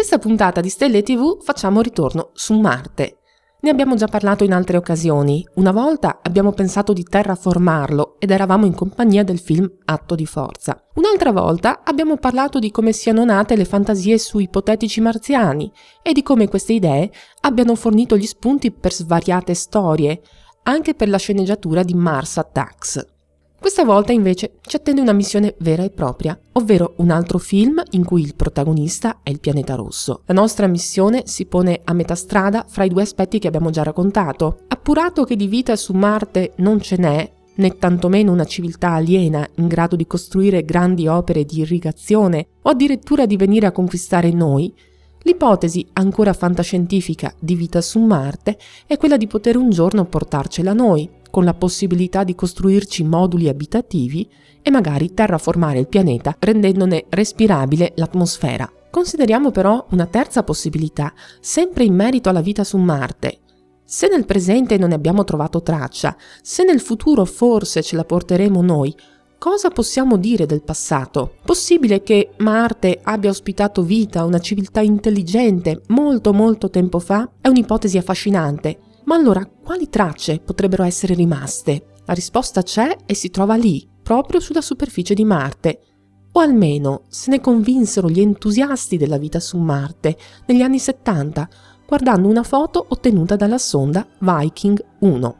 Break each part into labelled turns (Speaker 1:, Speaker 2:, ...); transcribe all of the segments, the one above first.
Speaker 1: questa puntata di Stelle TV facciamo ritorno su Marte. Ne abbiamo già parlato in altre occasioni. Una volta abbiamo pensato di terraformarlo ed eravamo in compagnia del film Atto di forza. Un'altra volta abbiamo parlato di come siano nate le fantasie su ipotetici marziani e di come queste idee abbiano fornito gli spunti per svariate storie, anche per la sceneggiatura di Mars Attacks. Questa volta invece ci attende una missione vera e propria, ovvero un altro film in cui il protagonista è il pianeta rosso. La nostra missione si pone a metà strada fra i due aspetti che abbiamo già raccontato. Appurato che di vita su Marte non ce n'è, né tantomeno una civiltà aliena in grado di costruire grandi opere di irrigazione o addirittura di venire a conquistare noi, l'ipotesi ancora fantascientifica di vita su Marte è quella di poter un giorno portarcela noi, con la possibilità di costruirci moduli abitativi e magari terraformare il pianeta rendendone respirabile l'atmosfera. Consideriamo però una terza possibilità, sempre in merito alla vita su Marte. Se nel presente non ne abbiamo trovato traccia, se nel futuro forse ce la porteremo noi, cosa possiamo dire del passato? Possibile che Marte abbia ospitato vita, una civiltà intelligente, molto tempo fa? È un'ipotesi affascinante. Ma allora, quali tracce potrebbero essere rimaste? La risposta c'è e si trova lì, proprio sulla superficie di Marte. O almeno se ne convinsero gli entusiasti della vita su Marte negli anni 70, guardando una foto ottenuta dalla sonda Viking 1.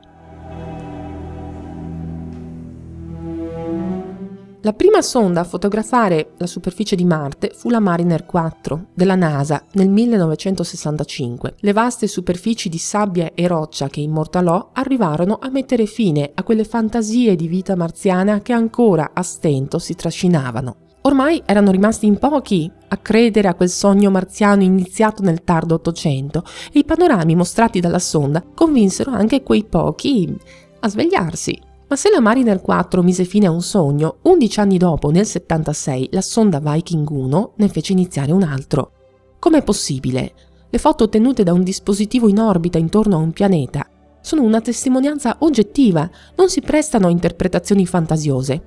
Speaker 1: La prima sonda a fotografare la superficie di Marte fu la Mariner 4 della NASA nel 1965. Le vaste superfici di sabbia e roccia che immortalò arrivarono a mettere fine a quelle fantasie di vita marziana che ancora a stento si trascinavano. Ormai erano rimasti in pochi a credere a quel sogno marziano iniziato nel tardo Ottocento e i panorami mostrati dalla sonda convinsero anche quei pochi a svegliarsi. Ma se la Mariner 4 mise fine a un sogno, 11 anni dopo, nel 76, la sonda Viking 1 ne fece iniziare un altro. Com'è possibile? Le foto ottenute da un dispositivo in orbita intorno a un pianeta sono una testimonianza oggettiva, non si prestano a interpretazioni fantasiose.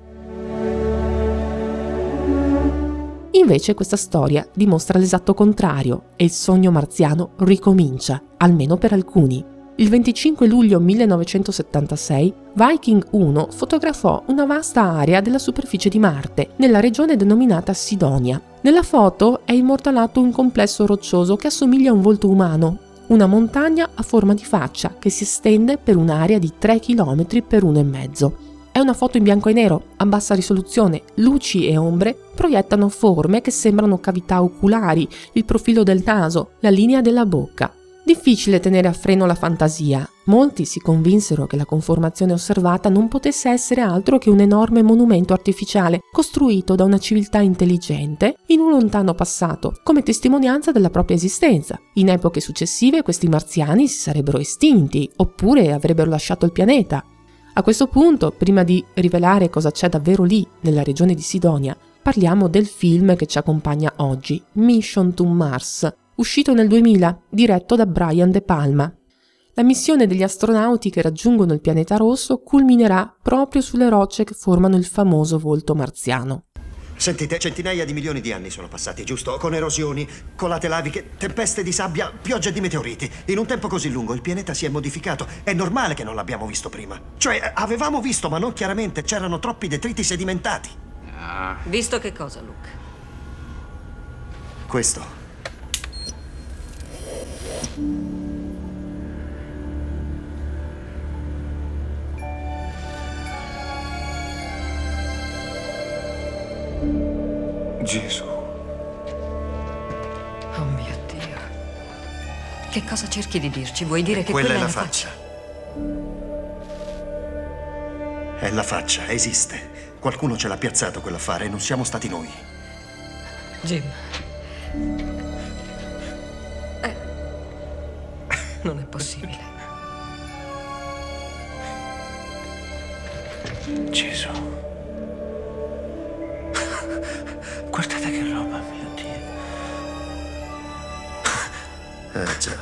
Speaker 1: Invece questa storia dimostra l'esatto contrario e il sogno marziano ricomincia, almeno per alcuni. Il 25 luglio 1976 Viking 1 fotografò una vasta area della superficie di Marte, nella regione denominata Sidonia. Nella foto è immortalato un complesso roccioso che assomiglia a un volto umano, una montagna a forma di faccia che si estende per un'area di 3 km per 1,5. È una foto in bianco e nero, a bassa risoluzione, luci e ombre proiettano forme che sembrano cavità oculari, il profilo del naso, la linea della bocca. Difficile tenere a freno la fantasia. Molti si convinsero che la conformazione osservata non potesse essere altro che un enorme monumento artificiale costruito da una civiltà intelligente in un lontano passato, come testimonianza della propria esistenza. In epoche successive questi marziani si sarebbero estinti oppure avrebbero lasciato il pianeta. A questo punto, prima di rivelare cosa c'è davvero lì, nella regione di Sidonia, parliamo del film che ci accompagna oggi, Mission to Mars, uscito nel 2000, diretto da Brian De Palma. La missione degli astronauti che raggiungono il pianeta rosso culminerà proprio sulle rocce che formano il famoso volto marziano.
Speaker 2: Sentite, centinaia di milioni di anni sono passati, giusto? Con erosioni, colate laviche, tempeste di sabbia, piogge di meteoriti. In un tempo così lungo il pianeta si è modificato. È normale che non l'abbiamo visto prima. Cioè, avevamo visto, ma non chiaramente. C'erano troppi detriti sedimentati.
Speaker 3: Visto che cosa, Luke?
Speaker 2: Questo.
Speaker 4: Gesù.
Speaker 3: Oh mio Dio. Che cosa cerchi di dirci? Vuoi dire che
Speaker 2: quella è la faccia? È la faccia, esiste. Qualcuno ce l'ha piazzato quell'affare e non siamo stati noi.
Speaker 3: Jim. Non è possibile.
Speaker 4: Gesù. Guardate che roba, mio Dio.
Speaker 2: Già.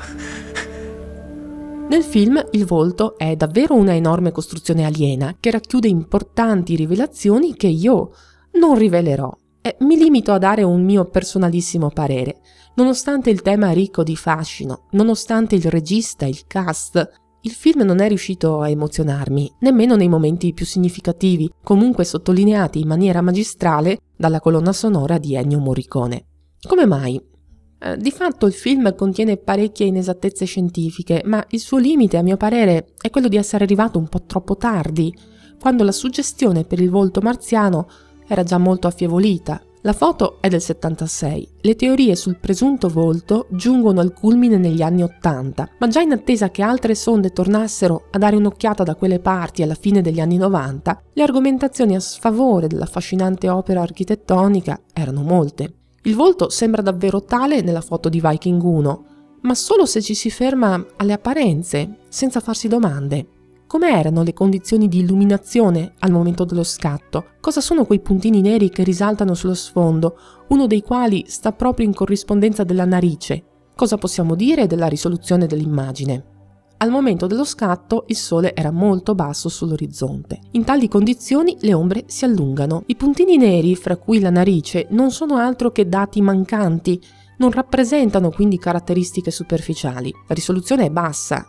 Speaker 1: Nel film il volto è davvero una enorme costruzione aliena che racchiude importanti rivelazioni che io non rivelerò. Mi limito a dare un mio personalissimo parere. Nonostante il tema ricco di fascino, nonostante il regista e il cast, il film non è riuscito a emozionarmi, nemmeno nei momenti più significativi, comunque sottolineati in maniera magistrale dalla colonna sonora di Ennio Morricone. Come mai? Di fatto il film contiene parecchie inesattezze scientifiche, ma il suo limite, a mio parere, è quello di essere arrivato un po' troppo tardi, quando la suggestione per il volto marziano era già molto affievolita. La foto è del 76, le teorie sul presunto volto giungono al culmine negli anni 80, ma già in attesa che altre sonde tornassero a dare un'occhiata da quelle parti alla fine degli anni 90, le argomentazioni a sfavore dell'affascinante opera architettonica erano molte. Il volto sembra davvero tale nella foto di Viking 1, ma solo se ci si ferma alle apparenze, senza farsi domande. Come erano le condizioni di illuminazione al momento dello scatto? Cosa sono quei puntini neri che risaltano sullo sfondo, uno dei quali sta proprio in corrispondenza della narice? Cosa possiamo dire della risoluzione dell'immagine? Al momento dello scatto il sole era molto basso sull'orizzonte. In tali condizioni le ombre si allungano. I puntini neri, fra cui la narice, non sono altro che dati mancanti, non rappresentano quindi caratteristiche superficiali. La risoluzione è bassa,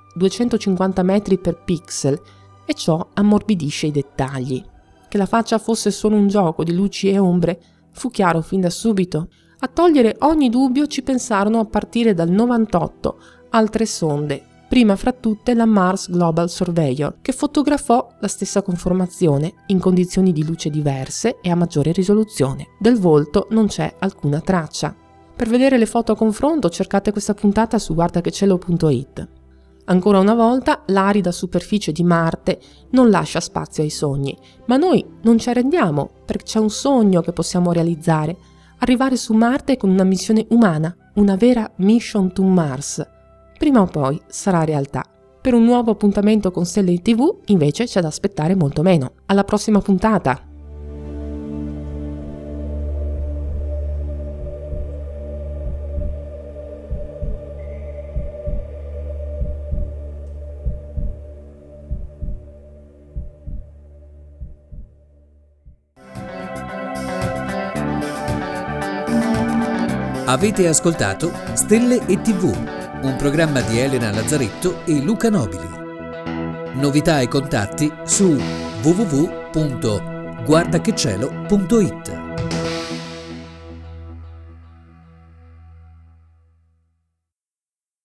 Speaker 1: 250 metri per pixel, e ciò ammorbidisce i dettagli. Che la faccia fosse solo un gioco di luci e ombre fu chiaro fin da subito. A togliere ogni dubbio ci pensarono a partire dal 98 altre sonde, prima fra tutte la Mars Global Surveyor, che fotografò la stessa conformazione in condizioni di luce diverse e a maggiore risoluzione. Del volto non c'è alcuna traccia. Per vedere le foto a confronto cercate questa puntata su guardachecielo.it. Ancora una volta l'arida superficie di Marte non lascia spazio ai sogni, ma noi non ci arrendiamo perché c'è un sogno che possiamo realizzare: arrivare su Marte con una missione umana, una vera Mission to Mars. Prima o poi sarà realtà. Per un nuovo appuntamento con Stelle TV invece c'è da aspettare molto meno. Alla prossima puntata!
Speaker 5: Avete ascoltato Stelle e TV, un programma di Elena Lazzaretto e Luca Nobili. Novità e contatti su www.guardachecielo.it.